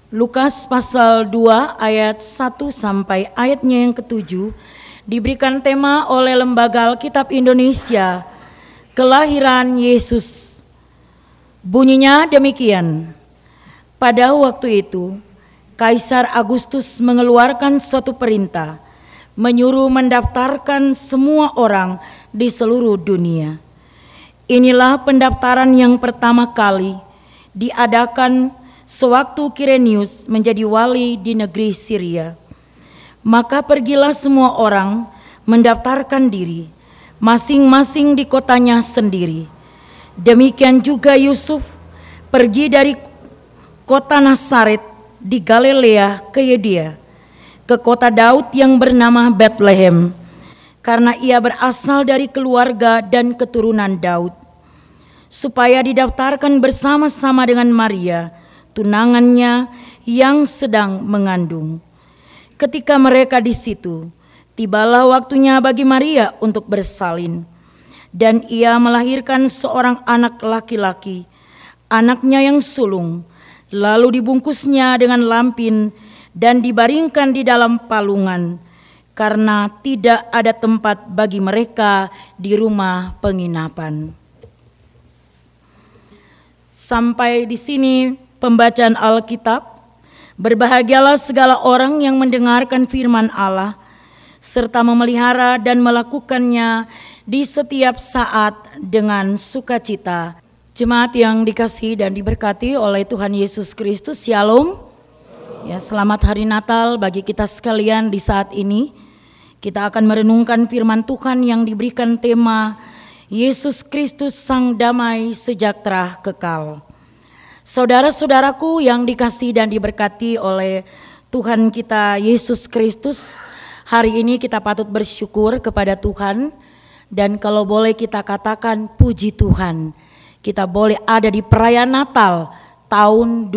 Lukas pasal 2 ayat 1 sampai ayatnya yang ke-7 diberikan tema oleh Lembaga Alkitab Indonesia, Kelahiran Yesus. Bunyinya demikian. Pada waktu itu, Kaisar Agustus mengeluarkan suatu perintah, menyuruh mendaftarkan semua orang di seluruh dunia. Inilah pendaftaran yang pertama kali diadakan sewaktu Kirenius menjadi wali di negeri Syria. Maka pergilah semua orang mendaftarkan diri, masing-masing di kotanya sendiri. Demikian juga Yusuf pergi dari kota Nazaret di Galilea ke Yudea, ke kota Daud yang bernama Betlehem, karena ia berasal dari keluarga dan keturunan Daud, supaya didaftarkan bersama-sama dengan Maria, tunangannya yang sedang mengandung. Ketika mereka di situ, tibalah waktunya bagi Maria untuk bersalin, dan ia melahirkan seorang anak laki-laki, anaknya yang sulung. Lalu dibungkusnya dengan lampin dan dibaringkan di dalam palungan, karena tidak ada tempat bagi mereka di rumah penginapan. Sampai di sini pembacaan Alkitab. Berbahagialah segala orang yang mendengarkan firman Allah, serta memelihara dan melakukannya di setiap saat dengan sukacita. Jemaat yang dikasihi dan diberkati oleh Tuhan Yesus Kristus, Shalom. Ya, selamat hari Natal bagi kita sekalian di saat ini. Kita akan merenungkan firman Tuhan yang diberikan tema Yesus Kristus Sang Damai Sejahtera Kekal. Saudara-saudaraku yang dikasihi dan diberkati oleh Tuhan kita Yesus Kristus, hari ini kita patut bersyukur kepada Tuhan, dan kalau boleh kita katakan puji Tuhan, kita boleh ada di perayaan Natal tahun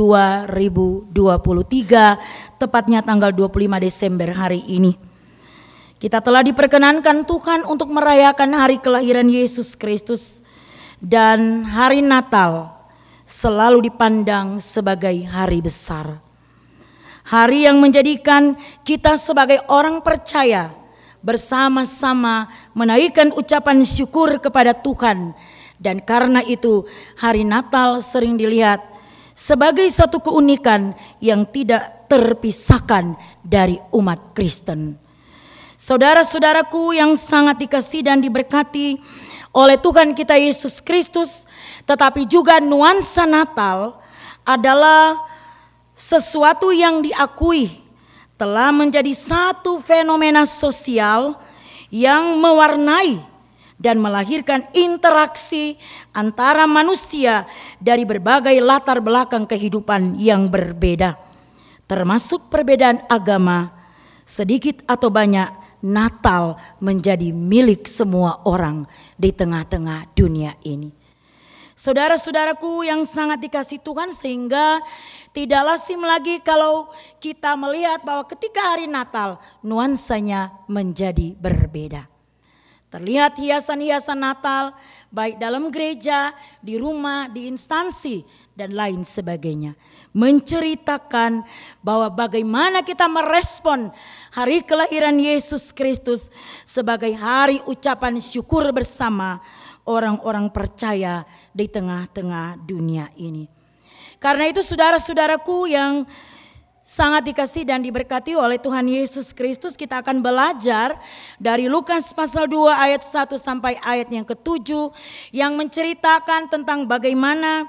2023, tepatnya tanggal 25 Desember hari ini. Kita telah diperkenankan Tuhan untuk merayakan hari kelahiran Yesus Kristus, dan hari Natal selalu dipandang sebagai hari besar. Hari yang menjadikan kita sebagai orang percaya bersama-sama menaikkan ucapan syukur kepada Tuhan. Dan karena itu hari Natal sering dilihat sebagai satu keunikan yang tidak terpisahkan dari umat Kristen. Saudara-saudaraku yang sangat dikasihi dan diberkati oleh Tuhan kita Yesus Kristus, tetapi juga nuansa Natal adalah sesuatu yang diakui telah menjadi satu fenomena sosial yang mewarnai dan melahirkan interaksi antara manusia dari berbagai latar belakang kehidupan yang berbeda, termasuk perbedaan agama. Sedikit atau banyak, Natal menjadi milik semua orang di tengah-tengah dunia ini. Saudara-saudaraku yang sangat dikasihi Tuhan, sehingga tidak lazim lagi kalau kita melihat bahwa ketika hari Natal nuansanya menjadi berbeda. Terlihat hiasan-hiasan Natal baik dalam gereja, di rumah, di instansi, dan lain sebagainya. Menceritakan bahwa bagaimana kita merespon hari kelahiran Yesus Kristus sebagai hari ucapan syukur bersama orang-orang percaya di tengah-tengah dunia ini. Karena itu saudara-saudaraku yang sangat dikasihi dan diberkati oleh Tuhan Yesus Kristus, kita akan belajar dari Lukas pasal 2 ayat 1 sampai ayat yang ke-7 yang menceritakan tentang bagaimana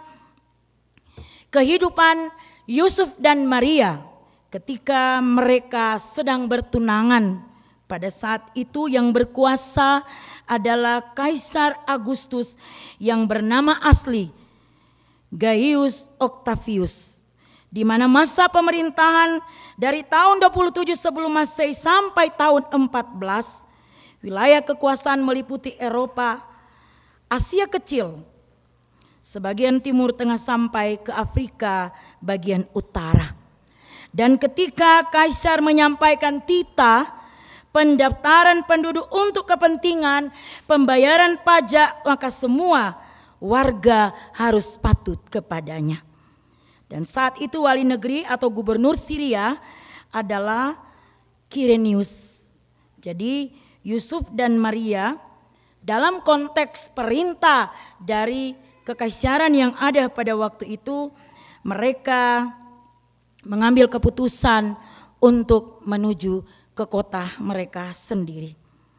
kehidupan Yusuf dan Maria ketika mereka sedang bertunangan. Pada saat itu yang berkuasa adalah Kaisar Agustus yang bernama asli Gaius Octavius, di mana masa pemerintahan dari tahun 27 sebelum Masehi sampai tahun 14, wilayah kekuasaan meliputi Eropa, Asia Kecil, sebagian Timur Tengah sampai ke Afrika bagian utara. Dan ketika Kaisar menyampaikan titah pendaftaran penduduk untuk kepentingan pembayaran pajak, maka semua warga harus patuh kepadanya. Dan saat itu wali negeri atau gubernur Syria adalah Kirenius. Jadi Yusuf dan Maria dalam konteks perintah dari kekaisaran yang ada pada waktu itu, mereka mengambil keputusan untuk menuju ke kota mereka sendiri.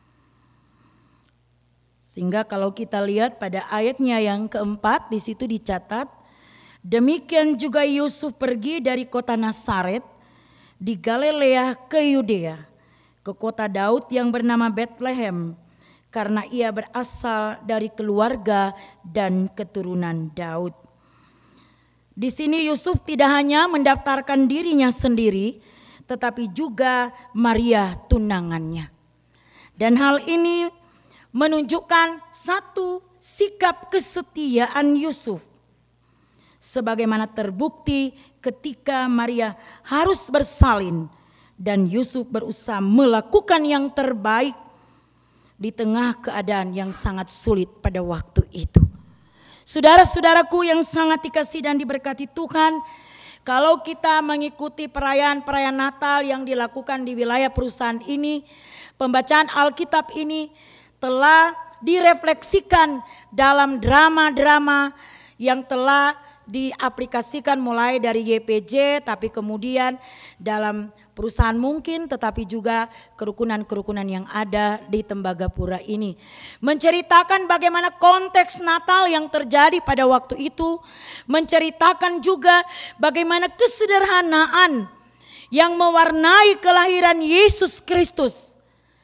Sehingga kalau kita lihat pada ayatnya yang keempat, di situ dicatat, demikian juga Yusuf pergi dari kota Nazaret di Galilea ke Yudea, ke kota Daud yang bernama Bethlehem, karena ia berasal dari keluarga dan keturunan Daud. Di sini Yusuf tidak hanya mendaftarkan dirinya sendiri, tetapi juga Maria tunangannya. Dan hal ini menunjukkan satu sikap kesetiaan Yusuf, sebagaimana terbukti ketika Maria harus bersalin dan Yusuf berusaha melakukan yang terbaik di tengah keadaan yang sangat sulit pada waktu itu. Saudara-saudaraku yang sangat dikasihi dan diberkati Tuhan, kalau kita mengikuti perayaan-perayaan Natal yang dilakukan di wilayah perusahaan ini, pembacaan Alkitab ini telah direfleksikan dalam drama-drama yang telah diaplikasikan mulai dari YPJ, tapi kemudian dalam perusahaan mungkin, tetapi juga kerukunan-kerukunan yang ada di Tembagapura ini. Menceritakan bagaimana konteks Natal yang terjadi pada waktu itu, menceritakan juga bagaimana kesederhanaan yang mewarnai kelahiran Yesus Kristus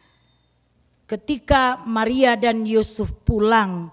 ketika Maria dan Yusuf pulang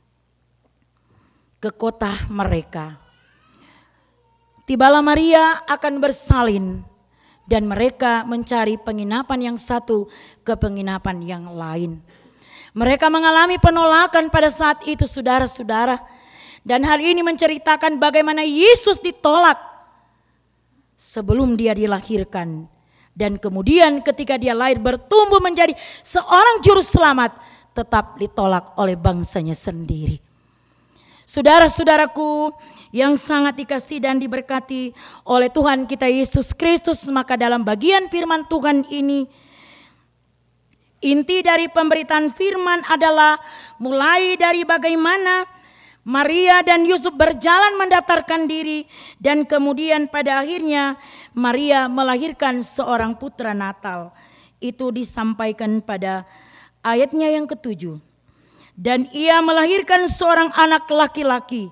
ke kota mereka. Tibalah Maria akan bersalin dan mereka mencari penginapan yang satu ke penginapan yang lain. Mereka mengalami penolakan pada saat itu, saudara-saudara. Dan hal ini menceritakan bagaimana Yesus ditolak sebelum dia dilahirkan. Dan kemudian ketika dia lahir bertumbuh menjadi seorang juru selamat, tetap ditolak oleh bangsanya sendiri. Saudara-saudaraku yang sangat dikasihi dan diberkati oleh Tuhan kita Yesus Kristus, maka dalam bagian firman Tuhan ini, inti dari pemberitaan firman adalah mulai dari bagaimana Maria dan Yusuf berjalan mendaftarkan diri, dan kemudian pada akhirnya Maria melahirkan seorang putra Natal. Itu disampaikan pada ayatnya yang ke-7. Dan ia melahirkan seorang anak laki-laki,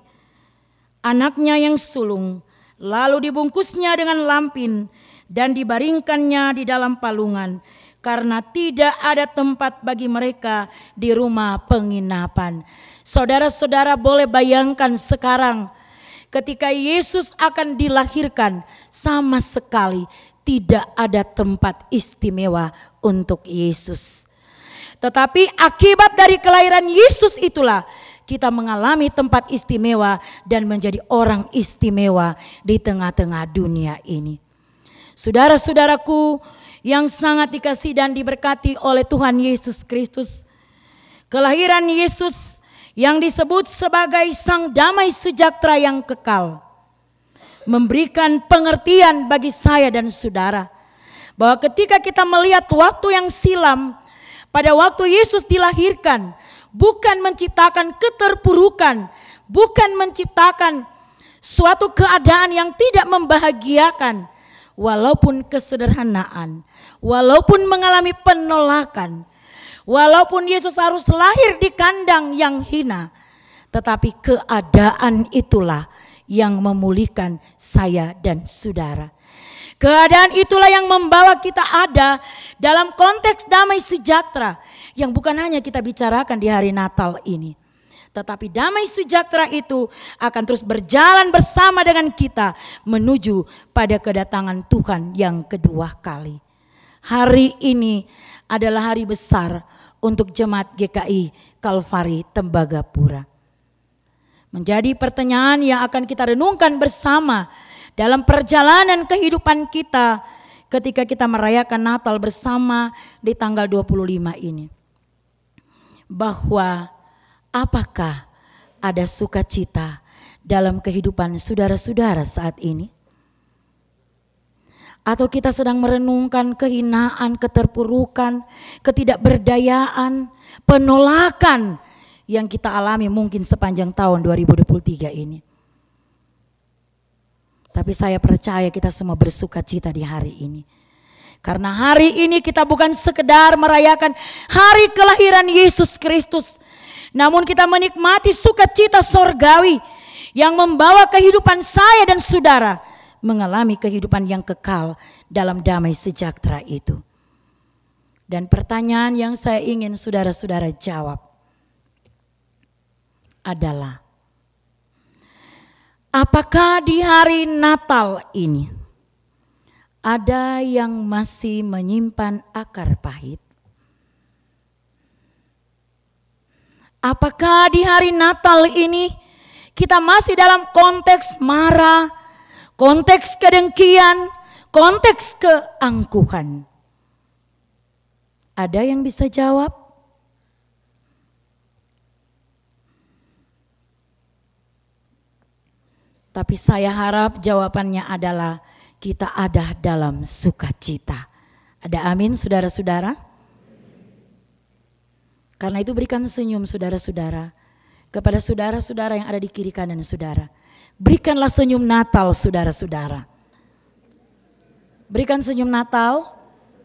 anaknya yang sulung, lalu dibungkusnya dengan lampin dan dibaringkannya di dalam palungan, karena tidak ada tempat bagi mereka di rumah penginapan. Saudara-saudara boleh bayangkan sekarang ketika Yesus akan dilahirkan, sama sekali tidak ada tempat istimewa untuk Yesus. Tetapi akibat dari kelahiran Yesus itulah kita mengalami tempat istimewa dan menjadi orang istimewa di tengah-tengah dunia ini. Saudara-saudaraku yang sangat dikasihi dan diberkati oleh Tuhan Yesus Kristus, kelahiran Yesus yang disebut sebagai Sang Damai Sejahtera yang kekal memberikan pengertian bagi saya dan saudara bahwa ketika kita melihat waktu yang silam, pada waktu Yesus dilahirkan, bukan menciptakan keterpurukan, bukan menciptakan suatu keadaan yang tidak membahagiakan, walaupun kesederhanaan, walaupun mengalami penolakan, walaupun Yesus harus lahir di kandang yang hina, tetapi keadaan itulah yang memulihkan saya dan saudara. Keadaan itulah yang membawa kita ada dalam konteks damai sejahtera yang bukan hanya kita bicarakan di hari Natal ini. Tetapi damai sejahtera itu akan terus berjalan bersama dengan kita menuju pada kedatangan Tuhan yang kedua kali. Hari ini adalah hari besar untuk jemaat GKI Kalvari Tembagapura. Menjadi pertanyaan yang akan kita renungkan bersama dalam perjalanan kehidupan kita ketika kita merayakan Natal bersama di tanggal 25 ini. Bahwa apakah ada sukacita dalam kehidupan saudara-saudara saat ini? Atau kita sedang merenungkan kehinaan, keterpurukan, ketidakberdayaan, penolakan yang kita alami mungkin sepanjang tahun 2023 ini. Tapi saya percaya kita semua bersuka cita di hari ini. Karena hari ini kita bukan sekedar merayakan hari kelahiran Yesus Kristus, namun kita menikmati sukacita sorgawi yang membawa kehidupan saya dan saudara mengalami kehidupan yang kekal dalam damai sejahtera itu. Dan pertanyaan yang saya ingin saudara-saudara jawab adalah, apakah di hari Natal ini ada yang masih menyimpan akar pahit? Apakah di hari Natal ini kita masih dalam konteks marah, konteks kedengkian, konteks keangkuhan? Ada yang bisa jawab? Tapi saya harap jawabannya adalah kita ada dalam sukacita. Ada amin saudara-saudara? Karena itu berikan senyum saudara-saudara kepada saudara-saudara yang ada di kiri kanan saudara. Berikanlah senyum Natal saudara-saudara. Berikan senyum Natal.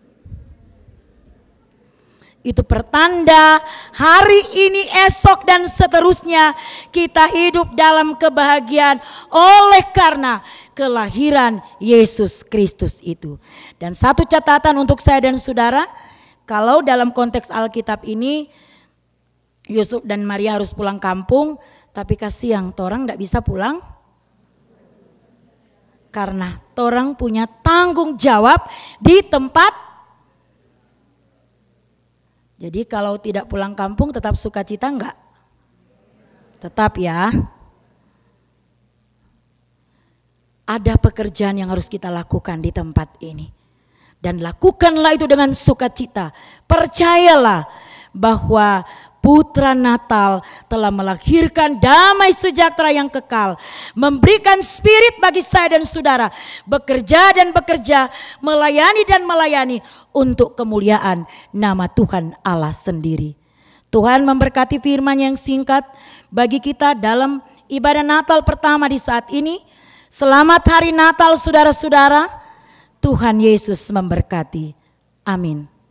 Itu pertanda hari ini, esok dan seterusnya kita hidup dalam kebahagiaan oleh karena kelahiran Yesus Kristus itu. Dan satu catatan untuk saya dan saudara, kalau dalam konteks Alkitab ini Yusuf dan Maria harus pulang kampung, tapi kasihan torang tidak bisa pulang karena torang punya tanggung jawab di tempat. Jadi kalau tidak pulang kampung tetap sukacita enggak? Tetap ya. Ada pekerjaan yang harus kita lakukan di tempat ini. Dan lakukanlah itu dengan sukacita. Percayalah bahwa Putra Natal telah melahirkan damai sejahtera yang kekal, memberikan spirit bagi saya dan saudara, bekerja dan bekerja, melayani dan melayani untuk kemuliaan nama Tuhan Allah sendiri. Tuhan memberkati firman yang singkat bagi kita dalam ibadah Natal pertama di saat ini. Selamat hari Natal saudara-saudara. Tuhan Yesus memberkati. Amin.